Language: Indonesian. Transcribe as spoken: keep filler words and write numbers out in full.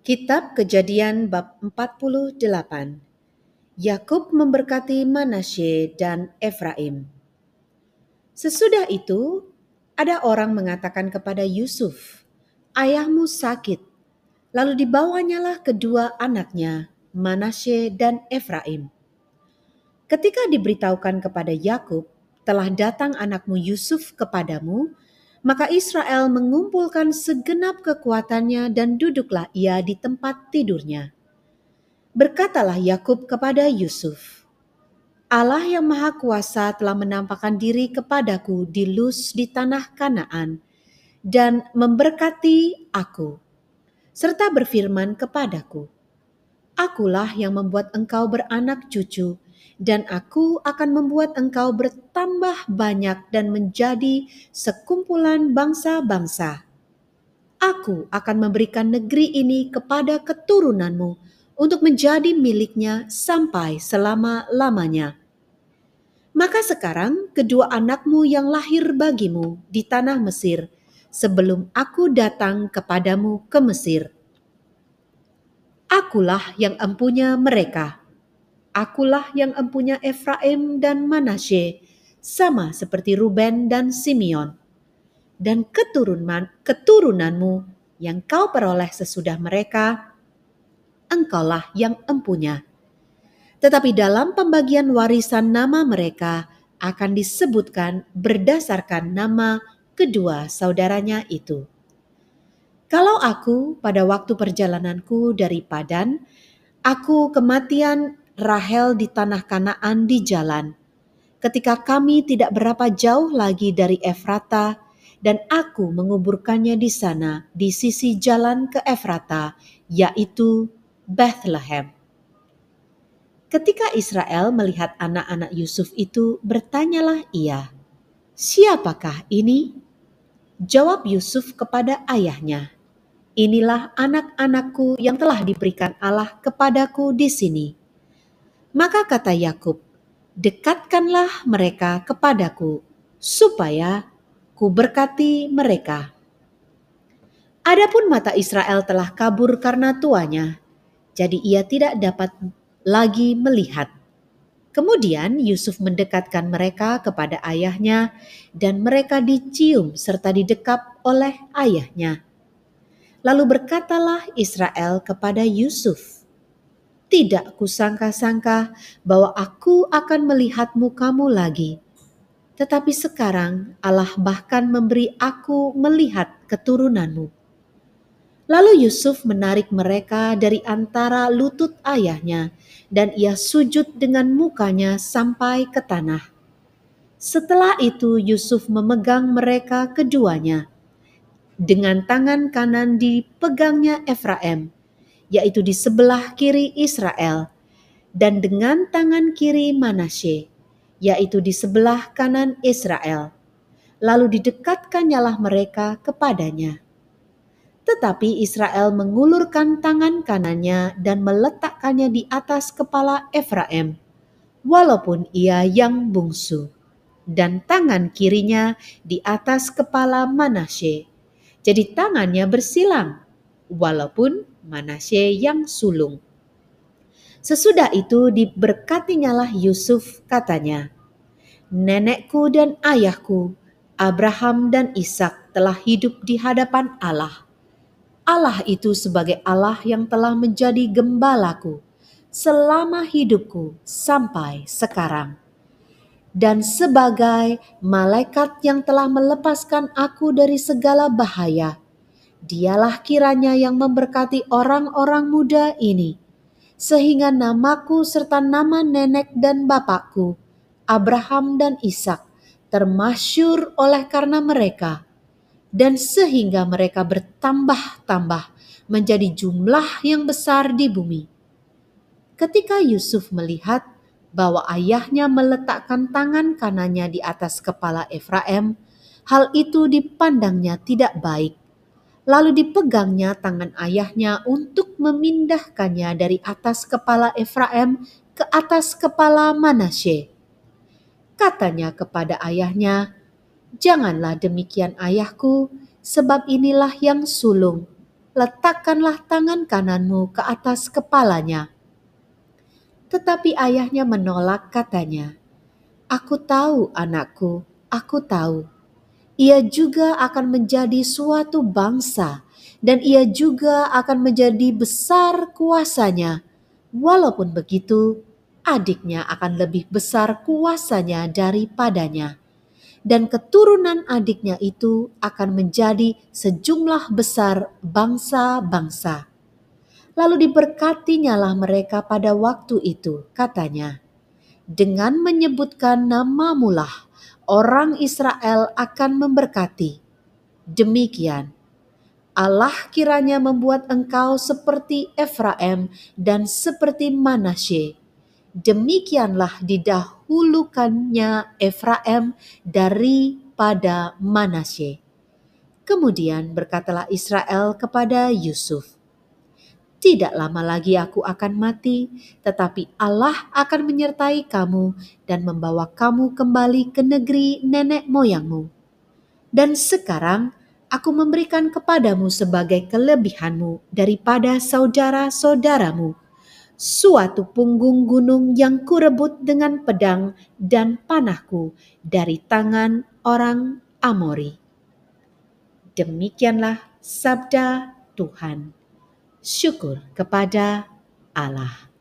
Kitab Kejadian bab empat puluh delapan. Yakub memberkati Manasye dan Efraim. Sesudah itu, ada orang mengatakan kepada Yusuf, "Ayahmu sakit." Lalu dibawanyalah kedua anaknya, Manasye dan Efraim. Ketika diberitahukan kepada Yakub, "Telah datang anakmu Yusuf kepadamu," maka Israel mengumpulkan segenap kekuatannya dan duduklah ia di tempat tidurnya. Berkatalah Yakub kepada Yusuf, "Allah yang Maha Kuasa telah menampakkan diri kepadaku di Luz di tanah Kanaan dan memberkati aku, serta berfirman kepadaku, 'Akulah yang membuat engkau beranak cucu, dan aku akan membuat engkau bertambah banyak dan menjadi sekumpulan bangsa-bangsa. Aku akan memberikan negeri ini kepada keturunanmu untuk menjadi miliknya sampai selama-lamanya.' Maka sekarang kedua anakmu yang lahir bagimu di tanah Mesir, sebelum aku datang kepadamu ke Mesir. Akulah yang empunya mereka. Akulah yang empunya Efraim dan Manasye, sama seperti Ruben dan Simeon. Dan keturunan keturunanmu yang kau peroleh sesudah mereka, engkaulah yang empunya. Tetapi dalam pembagian warisan nama mereka akan disebutkan berdasarkan nama kedua saudaranya itu. Kalau aku pada waktu perjalananku dari Padan, aku kematian Rahel di tanah Kanaan di jalan, ketika kami tidak berapa jauh lagi dari Efrata, dan aku menguburkannya di sana di sisi jalan ke Efrata, yaitu Bethlehem. Ketika Israel melihat anak-anak Yusuf itu, bertanyalah ia, 'Siapakah ini?' Jawab Yusuf kepada ayahnya, 'Inilah anak-anakku yang telah diberikan Allah kepadaku di sini.' Maka kata Yakub, 'Dekatkanlah mereka kepadaku, supaya ku berkati mereka.' Adapun mata Israel telah kabur karena tuanya, jadi ia tidak dapat lagi melihat. Kemudian Yusuf mendekatkan mereka kepada ayahnya, dan mereka dicium serta didekap oleh ayahnya. Lalu berkatalah Israel kepada Yusuf, 'Tidak kusangka-sangka bahwa aku akan melihat mukamu lagi. Tetapi sekarang Allah bahkan memberi aku melihat keturunanmu.' Lalu Yusuf menarik mereka dari antara lutut ayahnya, dan ia sujud dengan mukanya sampai ke tanah. Setelah itu Yusuf memegang mereka keduanya. Dengan tangan kanan dipegangnya Efraim, yaitu di sebelah kiri Israel, dan dengan tangan kiri Manasye, yaitu di sebelah kanan Israel. Lalu didekatkannyalah mereka kepadanya. Tetapi Israel mengulurkan tangan kanannya dan meletakkannya di atas kepala Efraim, walaupun ia yang bungsu, dan tangan kirinya di atas kepala Manasye. Jadi tangannya bersilang, walaupun Manasye yang sulung. Sesudah itu diberkatinyalah Yusuf, katanya, 'Nenekku dan ayahku, Abraham dan Ishak telah hidup di hadapan Allah. Allah itu sebagai Allah yang telah menjadi gembalaku selama hidupku sampai sekarang. Dan sebagai malaikat yang telah melepaskan aku dari segala bahaya, dialah kiranya yang memberkati orang-orang muda ini, sehingga namaku serta nama nenek dan bapakku, Abraham dan Ishak, termasyur oleh karena mereka, dan sehingga mereka bertambah-tambah menjadi jumlah yang besar di bumi.' Ketika Yusuf melihat bahwa ayahnya meletakkan tangan kanannya di atas kepala Efraim, hal itu dipandangnya tidak baik. Lalu dipegangnya tangan ayahnya untuk memindahkannya dari atas kepala Efraim ke atas kepala Manasye. Katanya kepada ayahnya, 'Janganlah demikian ayahku, sebab inilah yang sulung. letakkanlah tangan kananmu ke atas kepalanya." Tetapi ayahnya menolak, katanya, "Aku tahu anakku, aku tahu. Ia juga akan menjadi suatu bangsa, dan ia juga akan menjadi besar kuasanya. Walaupun begitu, adiknya akan lebih besar kuasanya daripadanya. Dan keturunan adiknya itu akan menjadi sejumlah besar bangsa-bangsa." Lalu diberkatinyalah mereka pada waktu itu, katanya, "Dengan menyebutkan namamulah orang Israel akan memberkati. Demikian, Allah kiranya membuat engkau seperti Efraim dan seperti Manasye. Demikianlah didahulukannya Efraim daripada Manasye." Kemudian berkatalah Israel kepada Yusuf, "Tidak lama lagi aku akan mati, tetapi Allah akan menyertai kamu dan membawa kamu kembali ke negeri nenek moyangmu. Dan sekarang aku memberikan kepadamu sebagai kelebihanmu daripada saudara-saudaramu suatu punggung gunung yang kurebut dengan pedang dan panahku dari tangan orang Amori." Demikianlah sabda Tuhan. Syukur kepada Allah.